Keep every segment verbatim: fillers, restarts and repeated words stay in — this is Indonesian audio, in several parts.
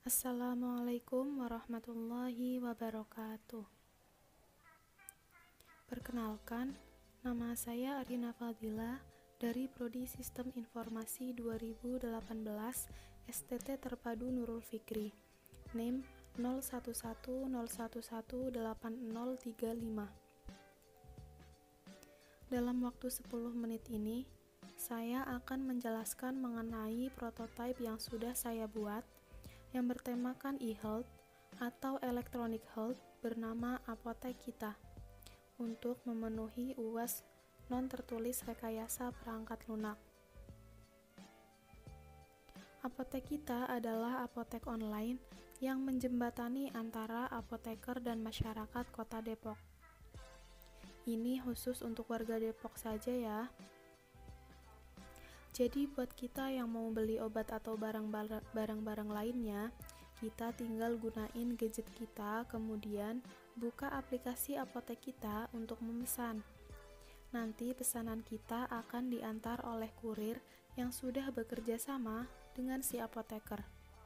Assalamualaikum warahmatullahi wabarakatuh. Perkenalkan, nama saya Arina Fadila dari Prodi Sistem Informasi dua ribu delapan belas S T T Terpadu Nurul Fikri, NIM nol satu satu nol satu satu delapan nol tiga lima. Dalam waktu sepuluh menit ini, saya akan menjelaskan mengenai prototipe yang sudah saya buat yang bertemakan e-health atau electronic health bernama Apotek Kita untuk memenuhi U A S non tertulis rekayasa perangkat lunak. Apotek Kita adalah apotek online yang menjembatani antara apoteker dan masyarakat Kota Depok. Ini khusus untuk warga Depok saja ya. Jadi buat kita yang mau beli obat atau barang-barang lainnya, kita tinggal gunain gadget kita, kemudian buka aplikasi Apotek Kita untuk memesan. Nanti pesanan kita akan diantar oleh kurir yang sudah bekerja sama dengan si apoteker.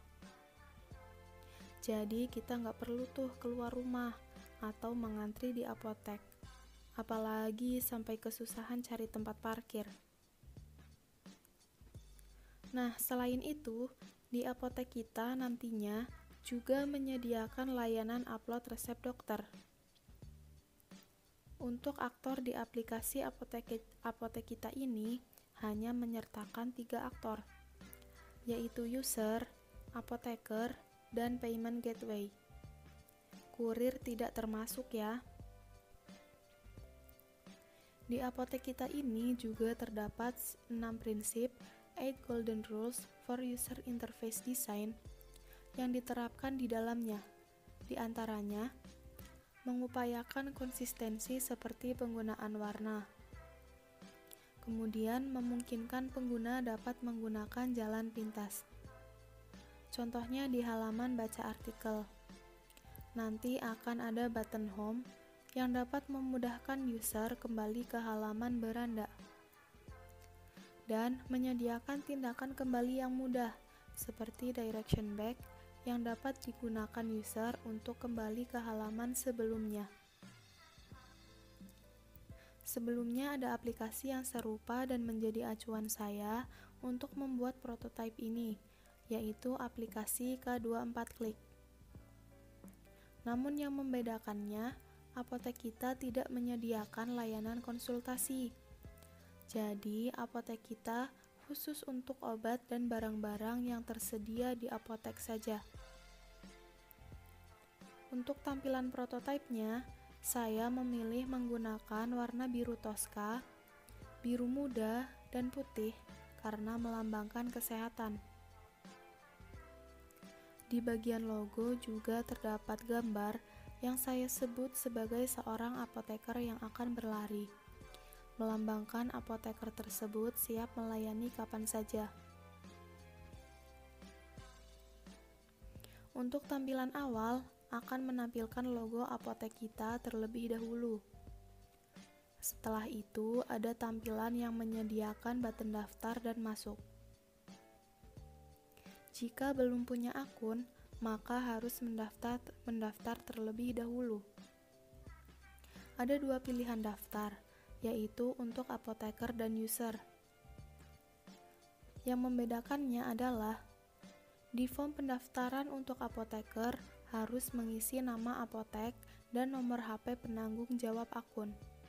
Jadi kita nggak perlu tuh keluar rumah atau mengantri di apotek, apalagi sampai kesusahan cari tempat parkir. Nah, selain itu, di Apotek Kita nantinya juga menyediakan layanan upload resep dokter. Untuk aktor di aplikasi Apotek, Apotek Kita ini hanya menyertakan tiga aktor, yaitu user, apoteker, dan payment gateway. Kurir tidak termasuk ya. Di Apotek Kita ini juga terdapat enam prinsip eight Golden Rules for User Interface Design yang diterapkan di dalamnya. Di antaranya, mengupayakan konsistensi seperti penggunaan warna. Kemudian, memungkinkan pengguna dapat menggunakan jalan pintas. Contohnya di halaman baca artikel. Nanti akan ada button home yang dapat memudahkan user kembali ke halaman beranda. Dan menyediakan tindakan kembali yang mudah, seperti direction back yang dapat digunakan user untuk kembali ke halaman sebelumnya. Sebelumnya ada aplikasi yang serupa dan menjadi acuan saya untuk membuat prototipe ini, yaitu aplikasi K dua puluh empat Klik. Namun yang membedakannya, Apotek Kita tidak menyediakan layanan konsultasi. Jadi, Apotek Kita khusus untuk obat dan barang-barang yang tersedia di apotek saja. Untuk tampilan prototipenya, saya memilih menggunakan warna biru toska, biru muda, dan putih karena melambangkan kesehatan. Di bagian logo juga terdapat gambar yang saya sebut sebagai seorang apoteker yang akan berlari, melambangkan apoteker tersebut siap melayani kapan saja. Untuk tampilan awal, akan menampilkan logo Apotek Kita terlebih dahulu. Setelah itu, ada tampilan yang menyediakan button daftar dan masuk. Jika belum punya akun, maka harus mendaftar, mendaftar terlebih dahulu. Ada dua pilihan daftar, yaitu untuk apoteker dan user. Yang membedakannya adalah di form pendaftaran untuk apoteker harus mengisi nama apotek dan nomor H P penanggung jawab akun.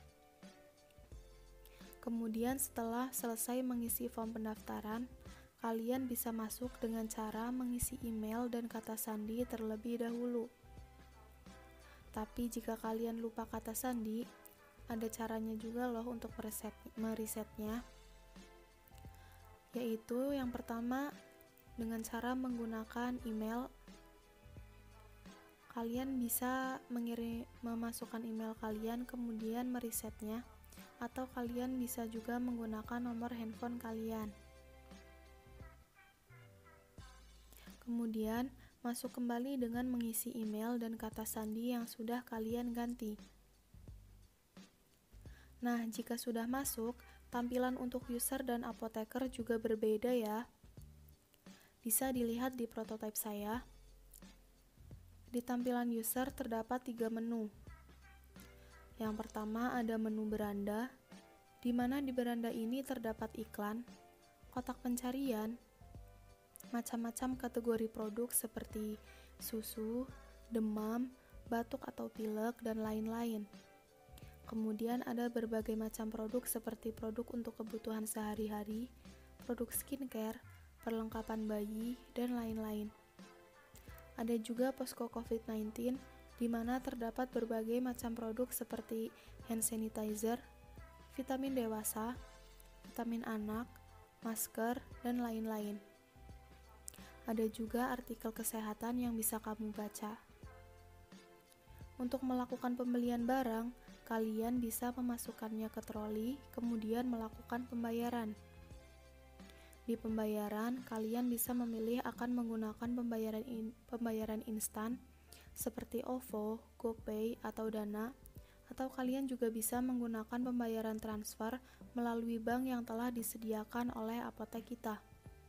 Kemudian setelah selesai mengisi form pendaftaran, kalian bisa masuk dengan cara mengisi email dan kata sandi terlebih dahulu. Tapi jika kalian lupa kata sandi, ada caranya juga loh untuk mereset, meresetnya, yaitu yang pertama dengan cara menggunakan email. Kalian bisa mengirim, memasukkan email kalian kemudian meresetnya, atau kalian bisa juga menggunakan nomor handphone kalian. Kemudian masuk kembali dengan mengisi email dan kata sandi yang sudah kalian ganti. Nah, jika sudah masuk, tampilan untuk user dan apoteker juga berbeda ya. Bisa dilihat di prototipe saya. Di tampilan user terdapat tiga menu. Yang pertama ada menu beranda, di mana di beranda ini terdapat iklan, kotak pencarian, macam-macam kategori produk seperti susu, demam, batuk atau pilek, dan lain-lain. Kemudian ada berbagai macam produk seperti produk untuk kebutuhan sehari-hari, produk skincare, perlengkapan bayi, dan lain-lain. Ada juga posko covid sembilan belas, di mana terdapat berbagai macam produk seperti hand sanitizer, vitamin dewasa, vitamin anak, masker, dan lain-lain. Ada juga artikel kesehatan yang bisa kamu baca. Untuk melakukan pembelian barang, kalian bisa memasukkannya ke troli, kemudian melakukan pembayaran. Di pembayaran, kalian bisa memilih akan menggunakan pembayaran in, pembayaran instan seperti OVO, GoPay, atau Dana, atau kalian juga bisa menggunakan pembayaran transfer melalui bank yang telah disediakan oleh apotek kita.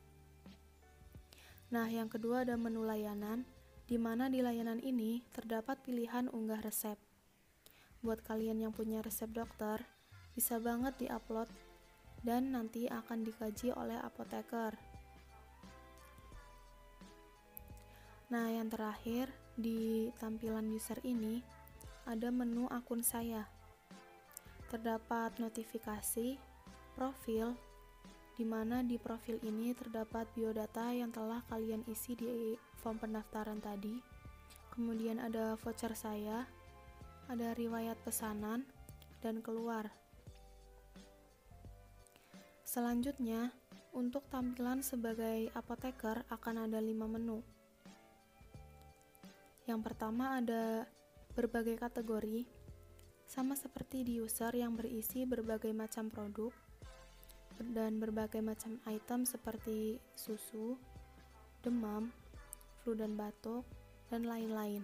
Nah, yang kedua ada menu layanan, di mana di layanan ini terdapat pilihan unggah resep. Buat kalian yang punya resep dokter, bisa banget diupload dan nanti akan dikaji oleh apoteker. Nah, yang terakhir di tampilan user ini ada menu akun saya. Terdapat notifikasi, profil, di mana di profil ini terdapat biodata yang telah kalian isi di form pendaftaran tadi. Kemudian ada voucher saya, ada riwayat pesanan, dan keluar. Selanjutnya, untuk tampilan sebagai apoteker akan ada lima menu. Yang pertama ada berbagai kategori, sama seperti di user yang berisi berbagai macam produk dan berbagai macam item seperti susu, demam, flu dan batuk, dan lain-lain.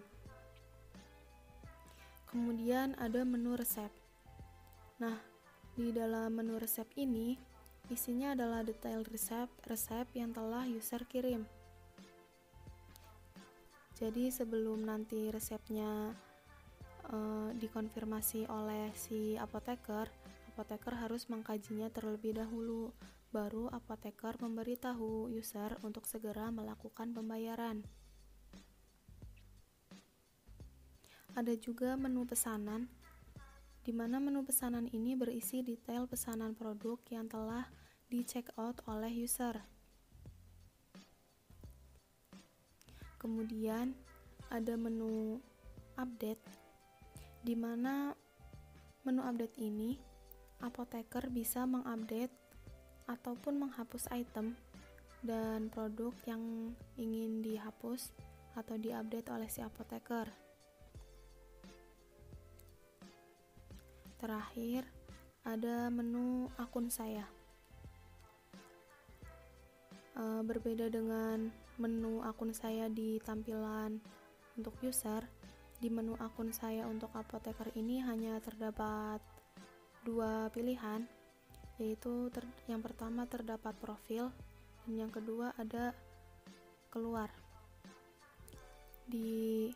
Kemudian ada menu resep. Nah, di dalam menu resep ini isinya adalah detail resep-resep yang telah user kirim. Jadi sebelum nanti resepnya e, dikonfirmasi oleh si apoteker, apoteker harus mengkajinya terlebih dahulu, baru apoteker memberitahu user untuk segera melakukan pembayaran. Ada juga menu pesanan, di mana menu pesanan ini berisi detail pesanan produk yang telah di check out oleh user. Kemudian ada menu update, di mana menu update ini apoteker bisa mengupdate ataupun menghapus item dan produk yang ingin dihapus atau diupdate oleh si apoteker. Terakhir, ada menu akun saya. E, berbeda dengan menu akun saya di tampilan untuk user, di menu akun saya untuk apoteker ini hanya terdapat dua pilihan, yaitu ter, yang pertama terdapat profil, dan yang kedua ada keluar. Di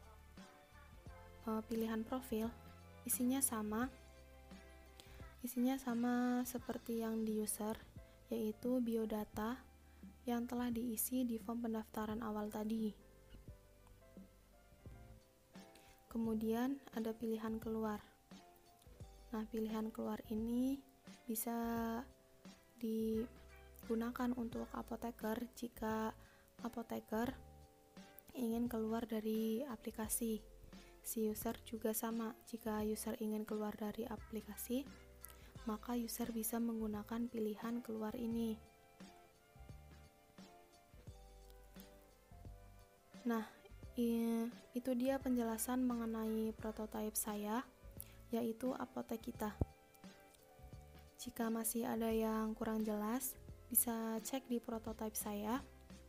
e, pilihan profil, isinya sama, isinya sama seperti yang di user, yaitu biodata yang telah diisi di form pendaftaran awal tadi. Kemudian ada pilihan keluar. Nah, pilihan keluar ini bisa digunakan untuk apoteker jika apoteker ingin keluar dari aplikasi. Si user juga sama, jika user ingin keluar dari aplikasi, maka user bisa menggunakan pilihan keluar ini. Nah, itu dia penjelasan mengenai prototipe saya, yaitu apotek kita. Jika masih ada yang kurang jelas, bisa cek di prototipe saya.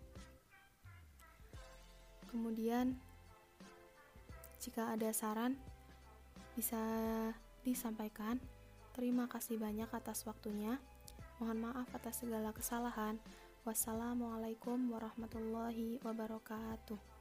Kemudian, jika ada saran, bisa disampaikan. Terima kasih banyak atas waktunya. Mohon maaf atas segala kesalahan. Wassalamualaikum warahmatullahi wabarakatuh.